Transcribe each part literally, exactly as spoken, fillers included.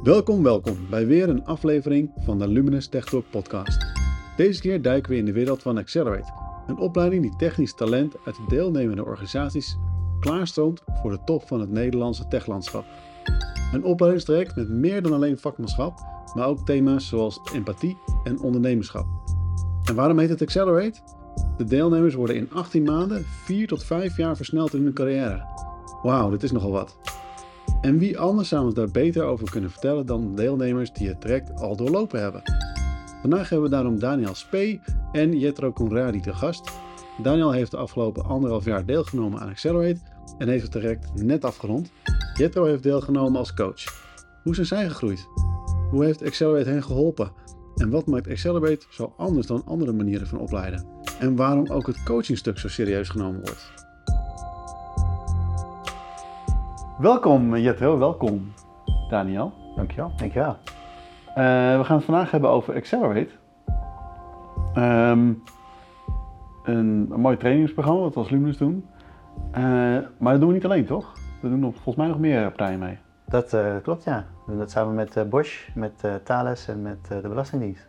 Welkom, welkom bij weer een aflevering van de Luminous Tech Talk podcast. Deze keer duiken we in de wereld van Accelerate, een opleiding die technisch talent uit de deelnemende organisaties klaarstroomt voor de top van het Nederlandse techlandschap. Een opleidingstraject met meer dan alleen vakmanschap, maar ook thema's zoals empathie en ondernemerschap. En waarom heet het Accelerate? De deelnemers worden in achttien maanden vier tot vijf jaar versneld in hun carrière. Wauw, dit is nogal wat. En wie anders zou ons daar beter over kunnen vertellen dan de deelnemers die het traject al doorlopen hebben? Vandaag hebben we daarom Daniel Spee en Jetro Conradi te gast. Daniel heeft de afgelopen anderhalf jaar deelgenomen aan Accelerate en heeft het traject net afgerond. Jetro heeft deelgenomen als coach. Hoe zijn zij gegroeid? Hoe heeft Accelerate hen geholpen? En wat maakt Accelerate zo anders dan andere manieren van opleiden? En waarom ook het coachingstuk zo serieus genomen wordt? Welkom Jetro, welkom Daniel. Dankjewel. Dankjewel. Uh, we gaan het vandaag hebben over Accelerate. Um, een, een mooi trainingsprogramma wat we als Luminous doen. Uh, maar dat doen we niet alleen, toch? We doen nog, volgens mij nog meer partijen mee. Dat uh, klopt, ja. We doen dat samen met uh, Bosch, met uh, Thales en met uh, de Belastingdienst.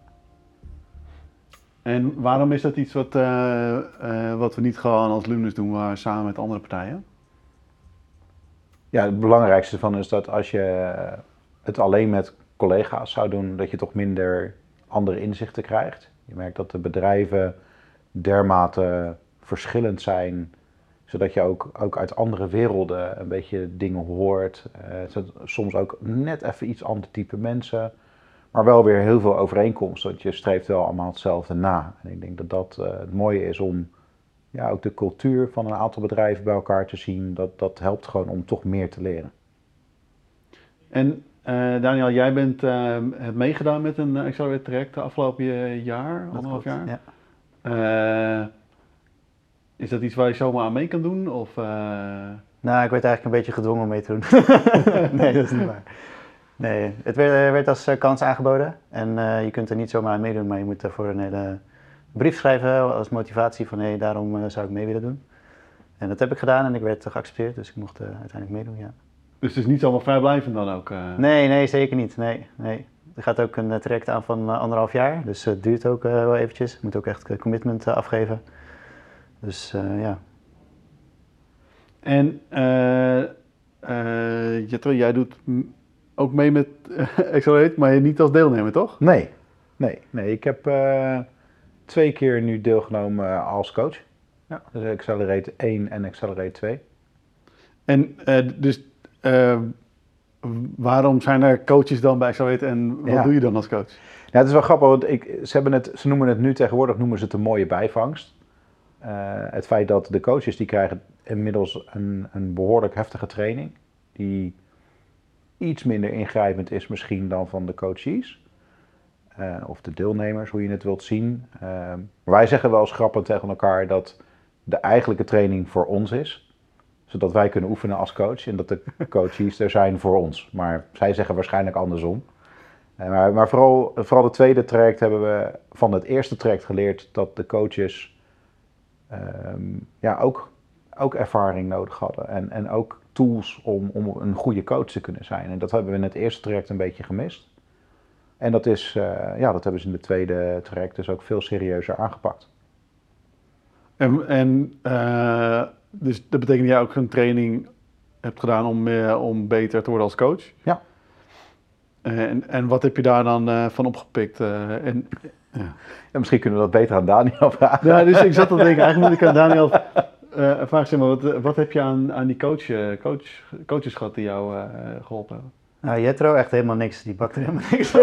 En waarom is dat iets wat, uh, uh, wat we niet gewoon als Luminous doen, maar samen met andere partijen? Ja, het belangrijkste van is dat als je het alleen met collega's zou doen, dat je toch minder andere inzichten krijgt. Je merkt dat de bedrijven dermate verschillend zijn, zodat je ook, ook uit andere werelden een beetje dingen hoort. Uh, soms ook net even iets ander type mensen, maar wel weer heel veel overeenkomsten. Want je streeft wel allemaal hetzelfde na. En ik denk dat dat uh, het mooie is om ja, ook de cultuur van een aantal bedrijven bij elkaar te zien. Dat, dat helpt gewoon om toch meer te leren. En uh, Daniel, jij bent, uh, hebt meegedaan met een Accelerate traject de afgelopen jaar, dat anderhalf klopt, jaar. Ja. Uh, is dat iets waar je zomaar aan mee kan doen? Of, uh... Nou, ik werd eigenlijk een beetje gedwongen om mee te doen. Nee, dat is niet waar. Nee, het werd, werd als kans aangeboden en uh, je kunt er niet zomaar aan meedoen, maar je moet daarvoor een hele brief schrijven als motivatie van hé, hey, daarom uh, zou ik mee willen doen. En dat heb ik gedaan en ik werd geaccepteerd, dus ik mocht uh, uiteindelijk meedoen, ja. Dus het is niet zomaar vrijblijvend dan ook? Uh... Nee, nee, zeker niet. Nee, nee. Er gaat ook een uh, traject aan van uh, anderhalf jaar, dus het uh, duurt ook uh, wel eventjes. Je moet ook echt commitment uh, afgeven. Dus uh, ja. En uh, uh, Jetro, jij doet ook mee met uh, Accelerate, maar niet als deelnemer, toch? Nee, nee, nee. Ik heb uh, twee keer nu deelgenomen als coach. Ja. Dus Accelerate één en Accelerate twee. En uh, dus uh, waarom zijn er coaches dan bij Accelerate en wat ja. doe je dan als coach? Ja, het is wel grappig, want ik, ze, hebben het, ze noemen het nu tegenwoordig noemen ze het een mooie bijvangst. Uh, het feit dat de coaches die krijgen inmiddels een, een behoorlijk heftige training, die iets minder ingrijpend is misschien dan van de coaches. Uh, of de deelnemers, hoe je het wilt zien. Uh, maar wij zeggen wel eens grappig tegen elkaar dat de eigenlijke training voor ons is. Zodat wij kunnen oefenen als coach en dat de coaches er zijn voor ons. Maar zij zeggen waarschijnlijk andersom. Uh, maar maar vooral, vooral het tweede traject hebben we van het eerste traject geleerd dat de coaches um, ja, ook, ook ervaring nodig hadden. En, en ook tools om, om een goede coach te kunnen zijn. En dat hebben we in het eerste traject een beetje gemist. En dat, is, uh, ja, dat hebben ze in het tweede traject dus ook veel serieuzer aangepakt. En, en uh, dus dat betekent dat jij ook een training hebt gedaan om, uh, om beter te worden als coach? Ja. Uh, en, en wat heb je daar dan uh, van opgepikt? Uh, en, ja. Ja, misschien kunnen we dat beter aan Daniel vragen. Ja, dus ik zat te denken, eigenlijk moet ik aan Daniel uh, vragen, zeg maar, wat, wat heb je aan, aan die coach, uh, coach, coaches gehad die jou uh, geholpen hebben? Nou, Jetro echt helemaal niks, die bakt er helemaal niks.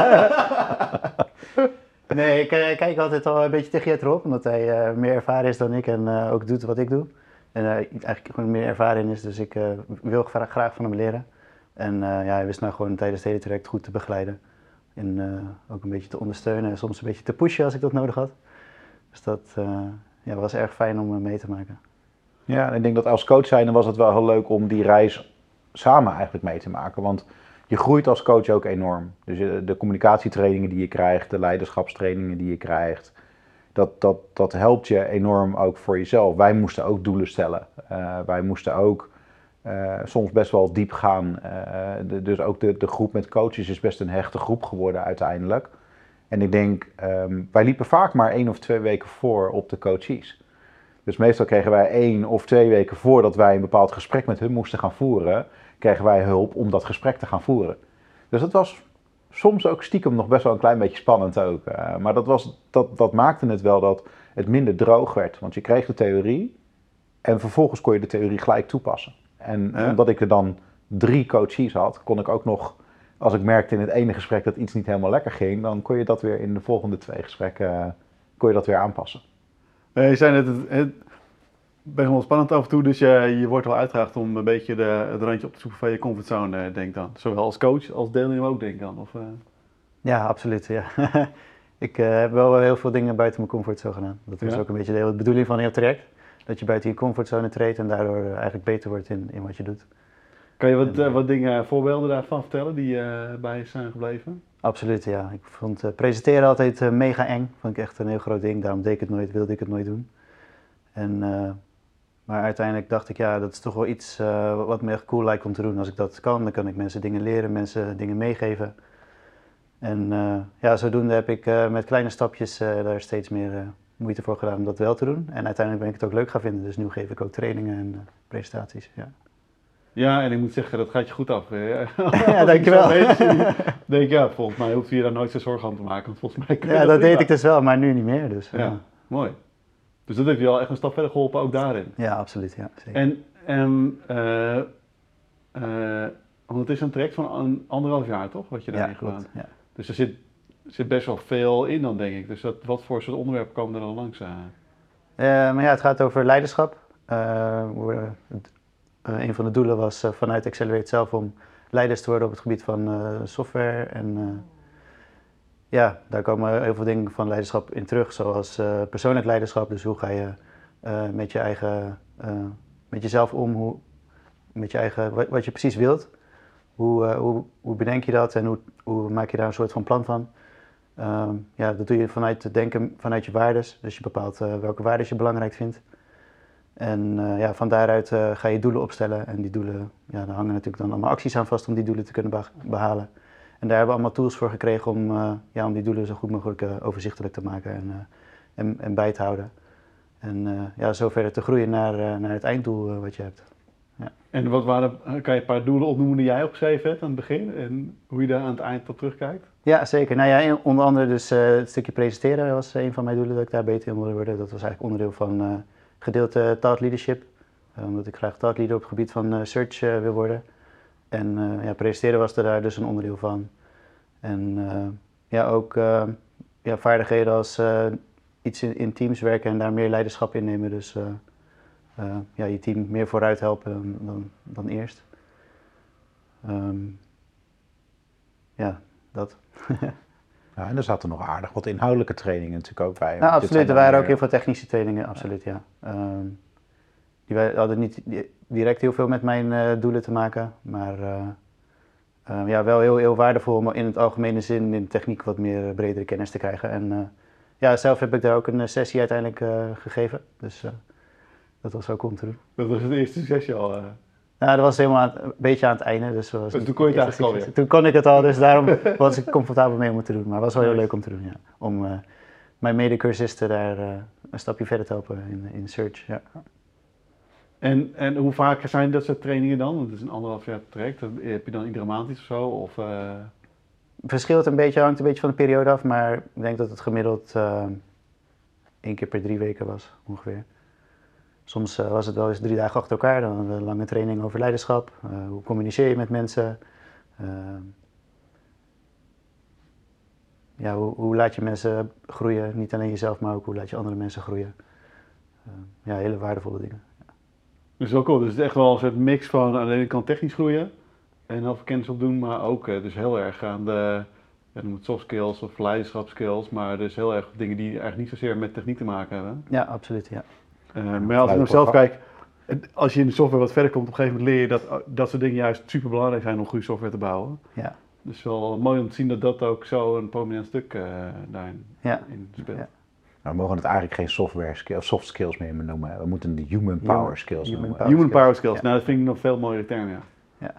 Nee, ik uh, kijk altijd al een beetje tegen Jetro op, omdat hij uh, meer ervaren is dan ik en uh, ook doet wat ik doe. En uh, eigenlijk gewoon meer ervaren in is, dus ik uh, wil graag, graag van hem leren. En uh, ja, hij wist nou gewoon tijdens het hele traject goed te begeleiden. En uh, ook een beetje te ondersteunen en soms een beetje te pushen als ik dat nodig had. Dus dat uh, ja, was erg fijn om uh, mee te maken. Ja, en ik denk dat als coach zijnde was het wel heel leuk om die reis samen eigenlijk mee te maken. Want je groeit als coach ook enorm. Dus de communicatietrainingen die je krijgt, de leiderschapstrainingen die je krijgt, dat, dat, dat helpt je enorm ook voor jezelf. Wij moesten ook doelen stellen. Uh, wij moesten ook Uh, soms best wel diep gaan. Uh, de, dus ook de, de groep met coaches is best een hechte groep geworden uiteindelijk. En ik denk, um, wij liepen vaak maar één of twee weken voor op de coaches. Dus meestal kregen wij één of twee weken voordat wij een bepaald gesprek met hun moesten gaan voeren, kregen wij hulp om dat gesprek te gaan voeren. Dus dat was soms ook stiekem nog best wel een klein beetje spannend ook. Uh, maar dat, was, dat, dat maakte het wel dat het minder droog werd. Want je kreeg de theorie en vervolgens kon je de theorie gelijk toepassen. En ja. omdat ik er dan drie coaches had, kon ik ook nog, als ik merkte in het ene gesprek dat iets niet helemaal lekker ging, dan kon je dat weer in de volgende twee gesprekken uh, kon je dat weer aanpassen. Je zei net, het, het ben wel spannend af en toe, dus je, je wordt wel uitgedaagd om een beetje de, het randje op te zoeken van je comfortzone, denk dan. Zowel als coach als deelnemer ook, denk dan. Of, uh... Ja, absoluut. Ja. ik uh, heb wel heel veel dingen buiten mijn comfortzone gedaan. Dat is ja. ook een beetje de hele bedoeling van heel traject. Dat je buiten je comfortzone treedt en daardoor eigenlijk beter wordt in, in wat je doet. Kan je wat, en, uh, wat dingen, voorbeelden daarvan vertellen die uh, bij je zijn gebleven? Absoluut, ja. Ik vond uh, presenteren altijd uh, mega eng. Vond ik echt een heel groot ding. Daarom deed ik het nooit, wilde ik het nooit doen. En, uh, maar uiteindelijk dacht ik, ja, dat is toch wel iets uh, wat me echt cool lijkt om te doen. Als ik dat kan, dan kan ik mensen dingen leren, mensen dingen meegeven. En uh, ja, zodoende heb ik uh, met kleine stapjes uh, daar steeds meer uh, moeite voor gedaan om dat wel te doen. En uiteindelijk ben ik het ook leuk gaan vinden. Dus nu geef ik ook trainingen en uh, presentaties. Ja. Ja, en ik moet zeggen, dat gaat je goed af. Ja, dankjewel. Denk ik, ja, volgens mij hoef je daar nooit zo zorgen aan te maken. Want volgens mij kun je ja, dat, dat deed ik dus wel, maar nu niet meer. Dus, ja, ja, mooi. Dus dat heeft je al echt een stap verder geholpen, ook daarin. Ja, absoluut. Ja, zeker. En, en uh, uh, want het is een traject van een anderhalf jaar, toch? Wat je daarin ja, gedaan. Ja. Dus er zit, zit best wel veel in dan, denk ik. Dus dat, wat voor soort onderwerpen komen er dan langs? Uh? Uh, maar ja, het gaat over leiderschap. Uh, uh, een van de doelen was uh, vanuit Accelerate zelf om leiders te worden op het gebied van uh, software. En uh, ja, daar komen heel veel dingen van leiderschap in terug, zoals uh, persoonlijk leiderschap. Dus hoe ga je uh, met je eigen, uh, met jezelf om, hoe, met je eigen, wat, wat je precies wilt. Hoe, uh, hoe, hoe bedenk je dat en hoe, hoe maak je daar een soort van plan van? Um, ja, dat doe je vanuit het denken, vanuit je waardes. Dus je bepaalt uh, welke waardes je belangrijk vindt. En uh, ja, van daaruit uh, ga je doelen opstellen. En die doelen, ja, daar hangen natuurlijk dan allemaal acties aan vast om die doelen te kunnen behalen. En daar hebben we allemaal tools voor gekregen om, uh, ja, om die doelen zo goed mogelijk uh, overzichtelijk te maken en, uh, en, en bij te houden. En uh, ja, zo verder te groeien naar, uh, naar het einddoel uh, wat je hebt. Ja. En wat waren, kan je een paar doelen opnoemen die jij opgeschreven hebt aan het begin en hoe je daar aan het eind op terugkijkt? Ja, zeker. Nou ja, onder andere dus uh, het stukje presenteren was een van mijn doelen, dat ik daar beter in wilde worden. Dat was eigenlijk onderdeel van uh, gedeelte thought leadership, uh, omdat ik graag thought leader op het gebied van uh, search uh, wil worden. En uh, ja, presenteren was er daar dus een onderdeel van. En uh, ja, ook uh, ja, vaardigheden als uh, iets in, in teams werken en daar meer leiderschap in nemen. Dus uh, uh, ja, je team meer vooruit helpen dan, dan, dan eerst. Um, ja, dat. Ja, en er zaten nog aardig wat inhoudelijke trainingen natuurlijk ook bij. Nou, absoluut, er waren meer... ook heel veel technische trainingen, absoluut, ja. ja. Um, die wij hadden niet direct heel veel met mijn uh, doelen te maken, maar uh, uh, ja, wel heel, heel waardevol om in het algemene zin in de techniek wat meer uh, bredere kennis te krijgen. En uh, ja, zelf heb ik daar ook een sessie uiteindelijk uh, gegeven, dus uh, dat was ook om te doen. Dat was de eerste sessie al? Uh... Nou, dat was helemaal aan, een beetje aan het einde. Dus, was dus toen kon je het eigenlijk al weer? Toen kon ik het al, dus daarom was ik comfortabel mee om het te doen. Maar het was wel heel leuk om te doen, ja. Om uh, mijn medecursisten daar uh, een stapje verder te helpen in, in Search, ja. En, en hoe vaak zijn dat soort trainingen dan? Want het is een anderhalf jaar traject. Heb je dan iedere maand iets of zo? Of, uh... Verschilt een beetje, hangt een beetje van de periode af. Maar ik denk dat het gemiddeld uh, één keer per drie weken was, ongeveer. Soms uh, was het wel eens drie dagen achter elkaar. Dan hadden we een lange training over leiderschap. Uh, hoe communiceer je met mensen? Uh, ja, hoe, hoe laat je mensen groeien? Niet alleen jezelf, maar ook hoe laat je andere mensen groeien? Uh, ja, hele waardevolle dingen. Ja. Dus wel cool. Dus het is echt wel een soort mix van aan de ene kant technisch groeien en heel veel kennis opdoen, maar ook uh, dus heel erg aan de ja, noem het soft skills of leiderschapskills, maar dus heel erg dingen die eigenlijk niet zozeer met techniek te maken hebben. Ja, absoluut, ja. Uh, maar als ik naar mezelf kijk, als je in de software wat verder komt, op een gegeven moment leer je dat dat soort dingen juist super belangrijk zijn om goede software te bouwen. Ja. Dus wel mooi om te zien dat dat ook zo een prominent stuk uh, daarin ja. in speelt. Ja. Nou, we mogen het eigenlijk geen software skills, soft skills meer noemen. We moeten de human power Human- skills human noemen. power. Human power skills. Ja. Nou, dat vind ik nog veel mooiere term, ja. Ja.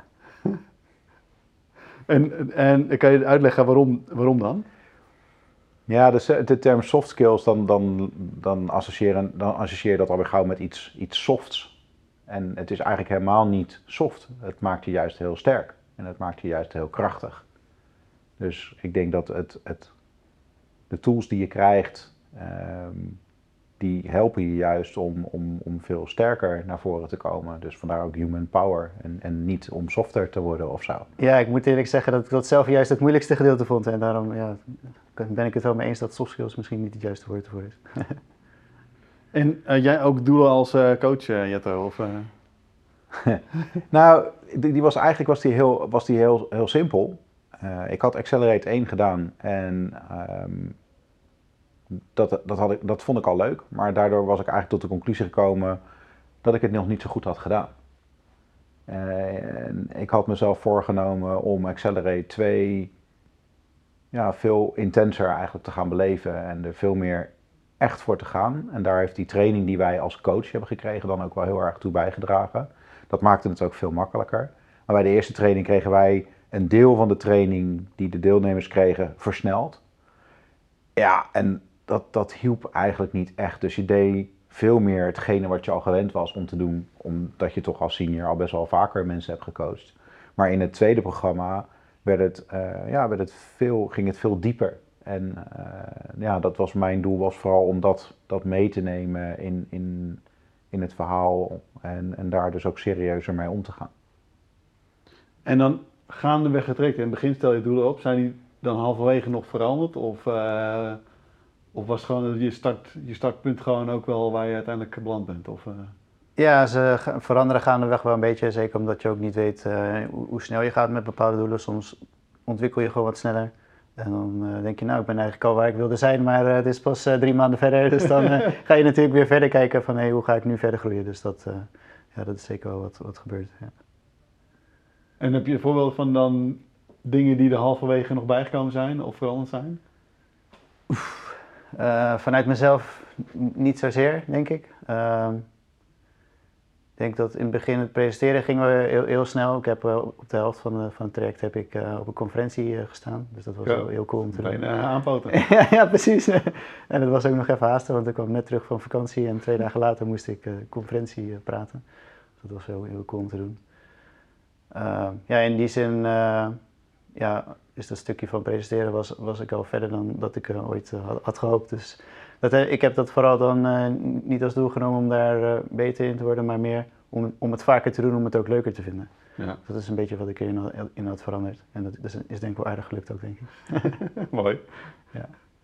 en, en kan je uitleggen waarom, waarom dan? Ja, dus de term soft skills, dan, dan, dan, associëren, dan associeer je dat alweer gauw met iets, iets softs. En het is eigenlijk helemaal niet soft. Het maakt je juist heel sterk. En het maakt je juist heel krachtig. Dus ik denk dat het, het, de tools die je krijgt, um, die helpen je juist om, om, om veel sterker naar voren te komen. Dus vandaar ook human power en, en niet om softer te worden of zo. Ja, ik moet eerlijk zeggen dat ik dat zelf juist het moeilijkste gedeelte vond. En daarom ja, ben ik het wel mee eens dat soft skills misschien niet het juiste woord ervoor is. En uh, jij ook doelen als uh, coach, uh, Jetro? Of, uh... nou, die, die was eigenlijk was die heel, was die heel, heel simpel. Uh, ik had Accelerate één gedaan en um, dat, dat, had ik, dat vond ik al leuk. Maar daardoor was ik eigenlijk tot de conclusie gekomen dat ik het nog niet zo goed had gedaan. Uh, en ik had mezelf voorgenomen om Accelerate twee ja, veel intenser eigenlijk te gaan beleven en er veel meer echt voor te gaan. En daar heeft die training die wij als coach hebben gekregen dan ook wel heel erg toe bijgedragen. Dat maakte het ook veel makkelijker. Maar bij de eerste training kregen wij een deel van de training die de deelnemers kregen versneld. Ja, en dat, dat hielp eigenlijk niet echt. Dus je deed veel meer hetgene wat je al gewend was om te doen, omdat je toch als senior al best wel vaker mensen hebt gecoacht. Maar in het tweede programma werd het, uh, ja, werd het veel, ging het veel dieper. En uh, ja, dat was mijn doel, was vooral om dat, dat mee te nemen in, in, in het verhaal en, en daar dus ook serieuzer mee om te gaan. En dan gaandeweg getrekt. In het begin stel je doelen op. Zijn die dan halverwege nog veranderd? Of, uh, of was gewoon je, start, je startpunt gewoon ook wel waar je uiteindelijk beland bent? Of, uh... Ja, ze veranderen gaandeweg wel een beetje. Zeker omdat je ook niet weet uh, hoe, hoe snel je gaat met bepaalde doelen. Soms ontwikkel je gewoon wat sneller. En dan uh, denk je, nou, ik ben eigenlijk al waar ik wilde zijn, maar uh, het is pas uh, drie maanden verder. Dus dan uh, ga je natuurlijk weer verder kijken van, hé, hey, hoe ga ik nu verder groeien? Dus dat, uh, ja, dat is zeker wel wat, wat gebeurt. Ja. En heb je een voorbeeld van dan dingen die er halverwege nog bijgekomen zijn of veranderd zijn? Uh, vanuit mezelf niet zozeer, denk ik. Uh, ik denk dat in het begin het presenteren ging wel heel, heel snel. Ik heb uh, op de helft van, de, van het traject heb ik uh, op een conferentie uh, gestaan. Dus dat was ja, wel heel cool om te doen. Bijna aanpoten. ja, ja, precies. En het was ook nog even haasten, want ik kwam net terug van vakantie en twee dagen later moest ik uh, conferentie uh, praten. Dus dat was heel, heel cool om te doen. Uh, ja, in die zin uh, ja, is dat stukje van presenteren was, was ik al verder dan dat ik uh, ooit uh, had, had gehoopt. Dus dat, uh, ik heb dat vooral dan uh, niet als doel genomen om daar uh, beter in te worden, maar meer om, om het vaker te doen, om het ook leuker te vinden. Ja. Dat is een beetje wat ik erin in had veranderd. En dat is, is denk ik wel aardig gelukt ook, denk ik. Mooi. Ja.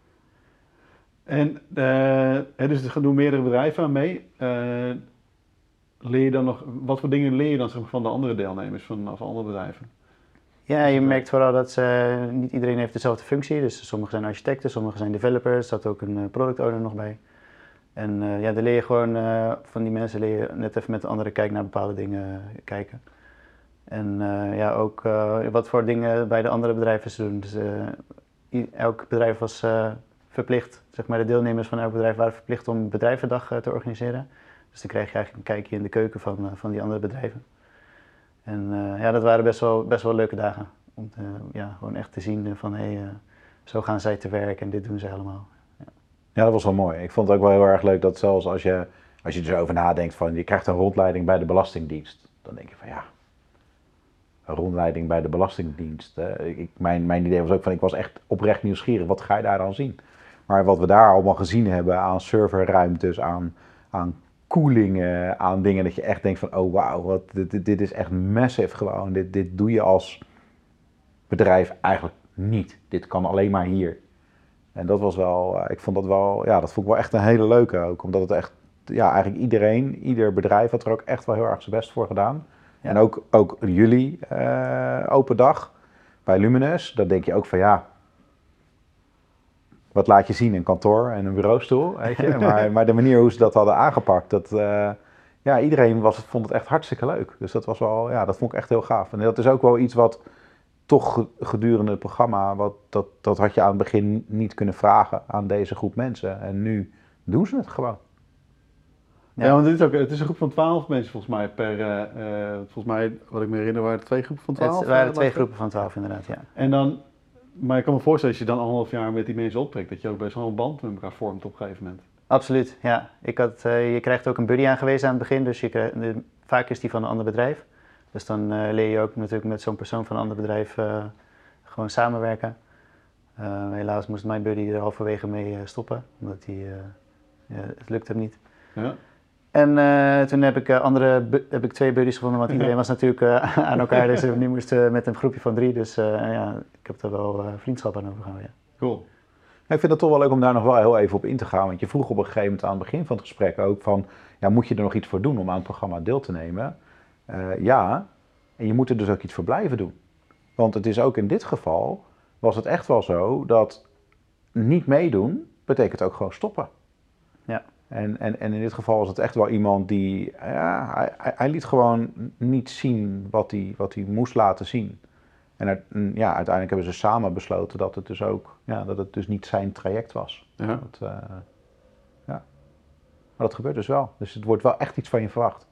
En uh, dus er doen meerdere bedrijven aan mee. Uh, leer je dan nog, wat voor dingen leer je dan zeg maar, van de andere deelnemers van, van andere bedrijven? Ja, je merkt vooral dat ze, niet iedereen heeft dezelfde functie. Dus sommigen zijn architecten, sommigen zijn developers. Er staat ook een product owner nog bij. En uh, ja, dan leer je gewoon uh, van die mensen leer je net even met een andere kijk naar bepaalde dingen uh, kijken. En uh, ja, ook uh, wat voor dingen bij de andere bedrijven ze doen. Dus uh, elk bedrijf was uh, verplicht, zeg maar de deelnemers van elk bedrijf waren verplicht om een bedrijvendag uh, te organiseren. Dus dan krijg je eigenlijk een kijkje in de keuken van, uh, van die andere bedrijven. En uh, ja, dat waren best wel, best wel leuke dagen. Om te, ja, gewoon echt te zien van, hé, hey, uh, zo gaan zij te werk en dit doen ze allemaal. Ja. Ja, dat was wel mooi. Ik vond het ook wel heel erg leuk dat zelfs als je, als je er zo over nadenkt van, je krijgt een rondleiding bij de Belastingdienst. Dan denk je van, ja, een rondleiding bij de Belastingdienst. Hè. Ik, mijn, mijn idee was ook van, ik was echt oprecht nieuwsgierig. Wat ga je daar dan zien? Maar wat we daar allemaal gezien hebben aan serverruimtes, aan, aan koelingen, aan dingen dat je echt denkt van, oh wauw, wat, dit, dit is echt massive gewoon. Dit, dit doe je als bedrijf eigenlijk niet. Dit kan alleen maar hier. En dat was wel, ik vond dat wel, ja, dat vond ik wel echt een hele leuke ook. Omdat het echt, ja, eigenlijk iedereen, ieder bedrijf had er ook echt wel heel erg zijn best voor gedaan. Ja. En ook, ook jullie uh, open dag bij Luminous, daar denk je ook van, ja, wat laat je zien? Een kantoor en een bureaustoel, weet je. Maar, maar de manier hoe ze dat hadden aangepakt, dat, uh, ja, iedereen was, vond het echt hartstikke leuk. Dus dat was wel, ja, dat vond ik echt heel gaaf. En dat is ook wel iets wat toch gedurende het programma, wat, dat, dat had je aan het begin niet kunnen vragen aan deze groep mensen. En nu doen ze het gewoon. Ja, ja, want het is, ook, het is een groep van twaalf mensen volgens mij per, uh, uh, volgens mij, wat ik me herinner, waren er twee groepen van twaalf. Het waren twee groepen van twaalf inderdaad, ja. En dan, maar ik kan me voorstellen, als je dan anderhalf jaar met die mensen optrekt, dat je ook best wel een band met elkaar vormt op een gegeven moment. Absoluut, ja. Ik had, uh, je krijgt ook een buddy aangewezen aan het begin, dus je krijgt, de, vaak is die van een ander bedrijf. Dus dan uh, leer je ook natuurlijk met zo'n persoon van een ander bedrijf uh, gewoon samenwerken. Uh, helaas moest mijn buddy er halverwege mee uh, stoppen, omdat hij, uh, ja, het lukte hem niet. Ja. En uh, toen heb ik, uh, andere bu- heb ik twee buddies gevonden, want iedereen was natuurlijk uh, aan elkaar. Dus nu moesten we met een groepje van drie, dus uh, ja, ik heb er wel uh, vriendschap aan overgehouden. Ja. Cool. Ik vind het toch wel leuk om daar nog wel heel even op in te gaan. Want je vroeg op een gegeven moment aan het begin van het gesprek ook van, ja, moet je er nog iets voor doen om aan het programma deel te nemen? Uh, ja, en je moet er dus ook iets voor blijven doen. Want het is ook in dit geval, was het echt wel zo dat niet meedoen betekent ook gewoon stoppen. Ja. En, en, en in dit geval was het echt wel iemand die, ja, hij, hij liet gewoon niet zien wat hij, wat hij moest laten zien. En er, ja, uiteindelijk hebben ze samen besloten dat het dus ook, ja, dat het dus niet zijn traject was. Ja. Dat, uh, ja. Maar dat gebeurt dus wel. Dus het wordt wel echt iets van je verwacht.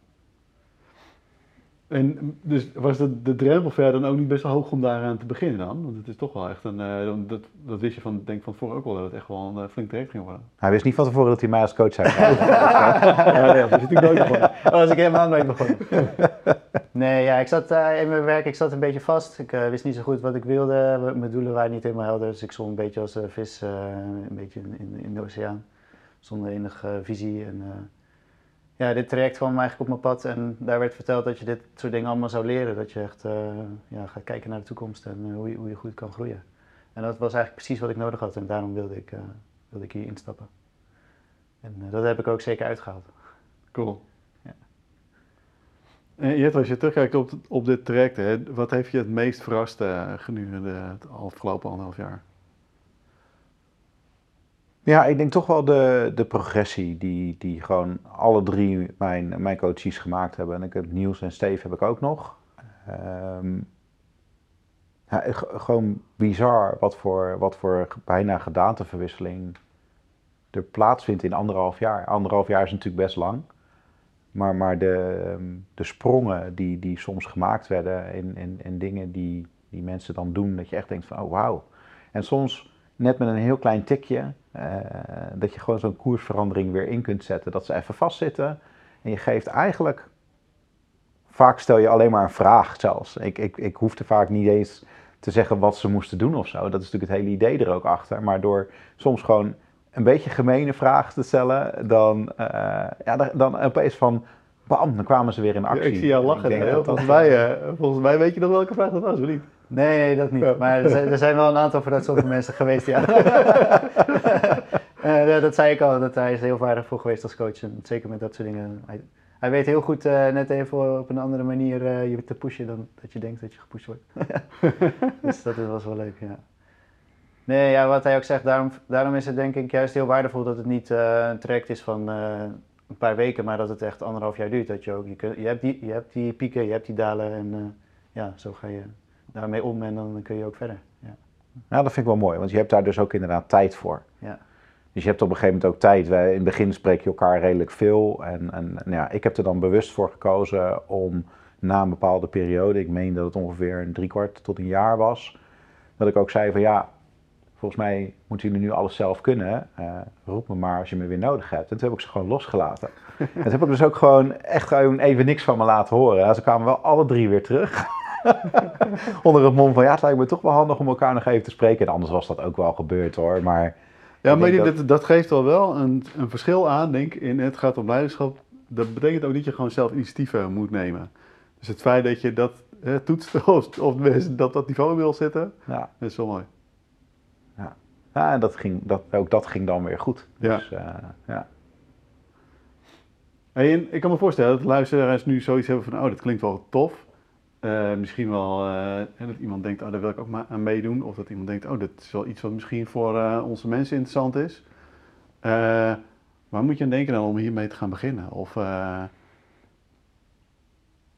En dus was de, de drempel verder dan ook niet best wel hoog om daaraan te beginnen dan? Want het is toch wel echt een, uh, dat, dat wist je van, denk van tevoren ook wel, dat het echt wel een uh, flink traject ging worden. Hij wist niet van tevoren dat hij mij als coach zou krijgen. Ja, nee, dat is natuurlijk nooit begonnen. dat was ik helemaal nooit begonnen. Nee, ja, ik zat uh, in mijn werk, ik zat een beetje vast. Ik uh, wist niet zo goed wat ik wilde. Mijn doelen waren niet helemaal helder, dus ik stond een beetje als uh, vis, uh, een beetje in, in, in de oceaan. Zonder enige uh, visie. En, uh, ja, dit traject kwam eigenlijk op mijn pad en daar werd verteld dat je dit soort dingen allemaal zou leren. Dat je echt uh, ja, gaat kijken naar de toekomst en uh, hoe, je, hoe je goed kan groeien. En dat was eigenlijk precies wat ik nodig had en daarom wilde ik, uh, wilde ik hier instappen. En uh, dat heb ik ook zeker uitgehaald. Cool. Ja. En Jet, als je terugkijkt op, op dit traject, hè, wat heeft je het meest verrast uh, gedurende het afgelopen anderhalf jaar? Ja, ik denk toch wel de, de progressie die, die gewoon alle drie mijn, mijn coaches gemaakt hebben. En ik heb Niels en Steve heb ik ook nog. Um, ja, g- gewoon bizar wat voor, wat voor bijna gedaanteverwisseling er plaatsvindt in anderhalf jaar. Anderhalf jaar is natuurlijk best lang. Maar, maar de, de sprongen die, die soms gemaakt werden in, in, in dingen die, die mensen dan doen, dat je echt denkt van, oh wauw. En soms net met een heel klein tikje, uh, dat je gewoon zo'n koersverandering weer in kunt zetten. Dat ze even vastzitten en je geeft eigenlijk, vaak stel je alleen maar een vraag zelfs. Ik, ik, ik hoefde vaak niet eens te zeggen wat ze moesten doen of zo. Dat is natuurlijk het hele idee er ook achter. Maar door soms gewoon een beetje gemene vragen te stellen, dan, uh, ja, dan, dan opeens van, bam, dan kwamen ze weer in actie. Ja, ik zie jou lachen. Ik denk Hè? dat dat- Volgens, mij, uh, volgens mij weet je nog welke vraag dat was, of niet? Nee, nee, dat niet. Ja. Maar er zijn, er zijn wel een aantal van dat soort mensen geweest, ja. uh, dat zei ik al, dat hij is heel vaardig geweest als coach. En zeker met dat soort dingen. Hij, hij weet heel goed uh, net even op een andere manier uh, je te pushen dan dat je denkt dat je gepusht wordt. Dus dat was wel leuk, ja. Nee, ja, wat hij ook zegt, daarom, daarom is het denk ik juist heel waardevol dat het niet uh, een traject is van uh, een paar weken, maar dat het echt anderhalf jaar duurt. Dat je ook, je, kun, je, hebt, die, je hebt die pieken, je hebt die dalen en uh, ja, zo ga je daarmee om en dan kun je ook verder. Ja. Ja, dat vind ik wel mooi, want je hebt daar dus ook inderdaad tijd voor. Ja. Dus je hebt op een gegeven moment ook tijd. Wij, in het begin spreek je elkaar redelijk veel. En, en, en ja, ik heb er dan bewust voor gekozen om na een bepaalde periode, ik meen dat het ongeveer een driekwart tot een jaar was, dat ik ook zei van ja, volgens mij moeten jullie nu alles zelf kunnen. Uh, roep me maar als je me weer nodig hebt. En toen heb ik ze gewoon losgelaten. En toen heb ik dus ook gewoon echt gewoon even niks van me laten horen. En ze kwamen wel alle drie weer terug. Onder het mom van ja, het lijkt me toch wel handig om elkaar nog even te spreken. En anders was dat ook wel gebeurd hoor. Maar Ja, ik maar denk dat... dat- Dat, dat geeft al wel een, een verschil aan, denk ik, in het gaat om leiderschap. Dat betekent ook dat je gewoon zelf initiatieven moet nemen. Dus het feit dat je dat hè, toetst of, of mensen dat dat niveau wil zitten, ja, dat is wel mooi. ja en dat ging, dat, ook dat ging dan weer goed. Ja. Dus, uh, ja. Hey, en ik kan me voorstellen dat de luisteraars nu zoiets hebben van, oh, dat klinkt wel tof. Uh, misschien wel uh, dat iemand denkt, oh, daar wil ik ook maar aan meedoen. Of dat iemand denkt, oh, dat is wel iets wat misschien voor uh, onze mensen interessant is. Uh, waar moet je aan denken dan om hiermee te gaan beginnen? Of, uh...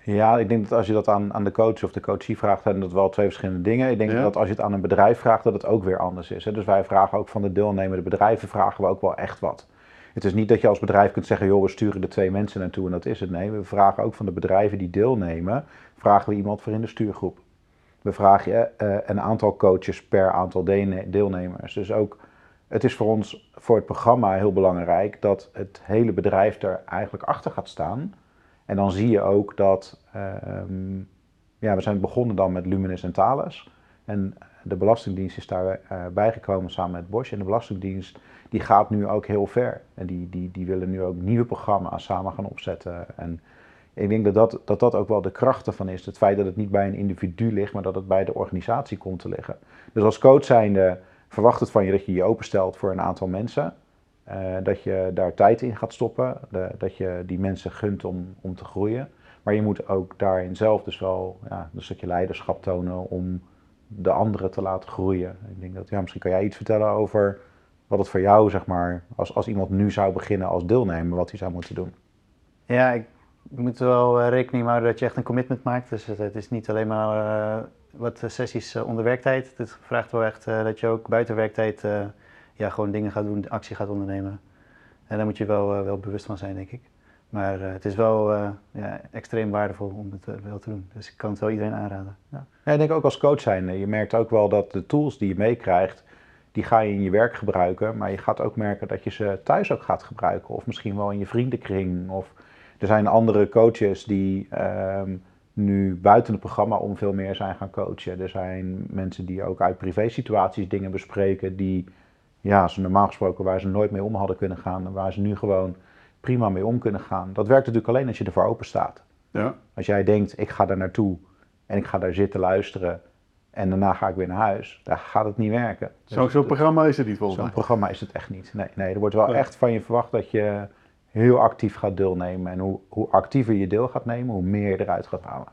Ja, ik denk dat als je dat aan, aan de coach of de coachie vraagt, zijn dat wel twee verschillende dingen. Ik denk Ja. dat als je het aan een bedrijf vraagt, dat het ook weer anders is. Hè? Dus wij vragen ook van de deelnemende bedrijven, vragen we ook wel echt wat. Het is niet dat je als bedrijf kunt zeggen, joh, we sturen er twee mensen naartoe en dat is het. Nee, we vragen ook van de bedrijven die deelnemen, vragen we iemand voor in de stuurgroep. We vragen uh, een aantal coaches per aantal de- deelnemers. Dus ook, het is voor ons, voor het programma heel belangrijk dat het hele bedrijf er eigenlijk achter gaat staan. En dan zie je ook dat, uh, um, ja, we zijn begonnen dan met Luminous en Thales. En de Belastingdienst is daar uh, bijgekomen samen met Bosch. En de Belastingdienst die gaat nu ook heel ver. En die, die, die willen nu ook nieuwe programma's samen gaan opzetten. En ik denk dat dat, dat dat ook wel de kracht ervan is. Het feit dat het niet bij een individu ligt, maar dat het bij de organisatie komt te liggen. Dus als coach zijnde verwacht het van je dat je je openstelt voor een aantal mensen. Uh, dat je daar tijd in gaat stoppen. De, dat je die mensen gunt om, om te groeien. Maar je moet ook daarin zelf dus wel ja, een stukje leiderschap tonen om de anderen te laten groeien. Ik denk dat, ja, misschien kan jij iets vertellen over wat het voor jou, zeg maar, als, als iemand nu zou beginnen als deelnemer, wat hij zou moeten doen. Ja, ik moet wel uh, rekening houden dat je echt een commitment maakt. Dus het, het is niet alleen maar uh, wat sessies uh, onder werktijd. Het vraagt wel echt uh, dat je ook buiten werktijd uh, ja, gewoon dingen gaat doen, actie gaat ondernemen. En daar moet je wel, uh, wel bewust van zijn, denk ik. Maar uh, het is wel uh, ja, extreem waardevol om het uh, wel te doen. Dus ik kan het wel iedereen aanraden. Ja. Ja, ik denk ook als coach zijn, je merkt ook wel dat de tools die je meekrijgt, die ga je in je werk gebruiken. Maar je gaat ook merken dat je ze thuis ook gaat gebruiken. Of misschien wel in je vriendenkring. Of er zijn andere coaches die um, nu buiten het programma om veel meer zijn gaan coachen. Er zijn mensen die ook uit privésituaties dingen bespreken die, ja, ze normaal gesproken waar ze nooit mee om hadden kunnen gaan. En waar ze nu gewoon prima mee om kunnen gaan. Dat werkt natuurlijk alleen als je ervoor open staat. Ja. Als jij denkt, ik ga daar naartoe en ik ga daar zitten luisteren en daarna ga ik weer naar huis, dan gaat het niet werken. Zo'n Dus zo het- programma is het niet volgens Zo'n mij. programma is het echt niet. Nee, nee, er wordt wel Nee. echt van je verwacht dat je heel actief gaat deelnemen. En hoe, hoe actiever je deel gaat nemen, hoe meer je eruit gaat halen.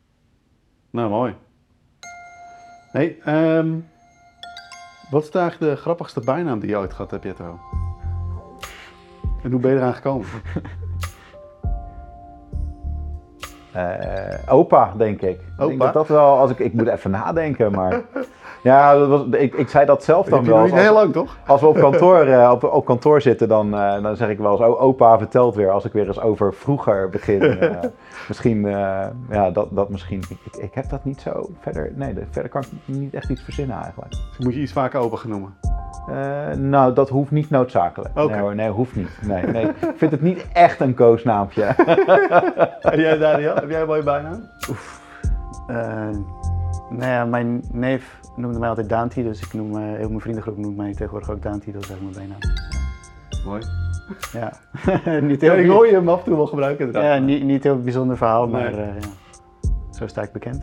Nou, mooi. Hey, ehm, wat is eigenlijk de grappigste bijnaam die je ooit gehad hebt, Jetro? En hoe ben je eraan gekomen? Eh, opa, denk ik. Ik denk Opa? dat dat wel, als ik, ik moet even nadenken, maar ja, dat was, ik, ik zei dat zelf dan Heb je wel. nog niet Als, heel lang, toch? als we op kantoor, eh, op, op kantoor zitten, dan, uh, dan zeg ik wel eens, oh, opa vertelt weer, als ik weer eens over vroeger begin. Uh, misschien, uh, ja, dat, dat misschien, ik, ik, ik heb dat niet zo verder, nee, de, verder kan ik niet echt iets verzinnen eigenlijk. Dus moet je iets vaker opa gaan noemen. Uh, nou, dat hoeft niet noodzakelijk. Oké. Nee hoor, nee, hoeft niet. Nee, nee. Ik vind het niet echt een koosnaampje. En jij, Daniel? Heb jij een mooie bijnaam? Uh, nou ja, mijn neef noemde mij altijd Daanti, dus ik noem, uh, heel mijn vriendengroep noemt mij tegenwoordig ook Daanti, dat is eigenlijk mijn bijnaam. Mooi. Ja, niet Ja, heel, ik hoor je hem af en toe wel gebruiken inderdaad. ja, niet, niet heel bijzonder verhaal, Nee. maar uh, ja. Zo sta ik bekend.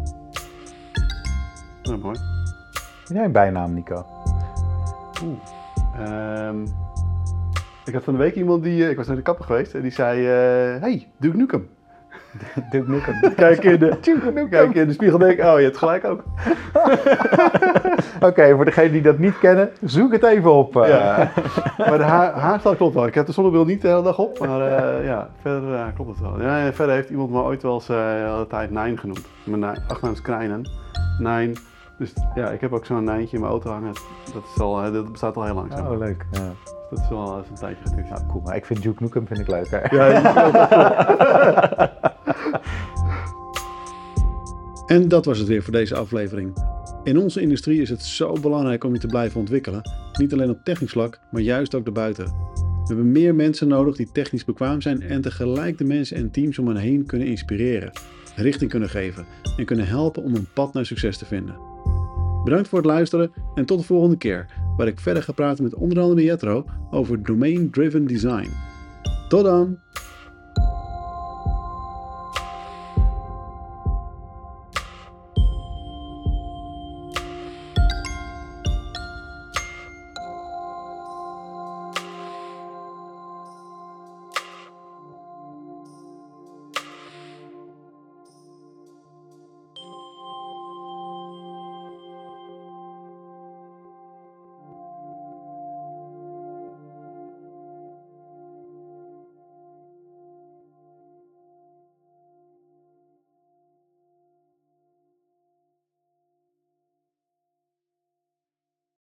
Nou, mooi. Heb jij een bijnaam, Nico? Ehm, ik had van de week iemand die, uh, ik was naar de kapper geweest en die zei, uh, hey, Duke Nukem. Duke Nukem. Kijk in de, kijk in de spiegel en denk, oh je hebt gelijk ook. Oké, okay, voor degenen die dat niet kennen, zoek het even op. Uh. Ja. Maar de haar, haarstijl klopt wel. Ik heb de zonnebril niet de hele dag op, maar uh, ja, verder uh, klopt het wel. Ja, verder heeft iemand me ooit wel eens uh, de tijd Nijn genoemd. Mijn na- achternaam is Krijnen. Nijn. Dus ja, ik heb ook zo'n Nijntje in mijn auto hangen. Dat, is al, uh, dat bestaat al heel lang. Zeg maar. Oh, leuk. Ja. Dat is wel uh, een tijdje geweest. Nou, cool. Maar ik vind Duke Nukem vind ik leuker. Ja, en dat was het weer voor deze aflevering. In onze industrie is het zo belangrijk om je te blijven ontwikkelen. Niet alleen op technisch vlak, maar juist ook daarbuiten. We hebben meer mensen nodig die technisch bekwaam zijn en tegelijk de mensen en teams om hen heen kunnen inspireren, richting kunnen geven en kunnen helpen om een pad naar succes te vinden. Bedankt voor het luisteren en tot de volgende keer, waar ik verder ga praten met onder andere Jetro over Domain Driven Design. Tot dan!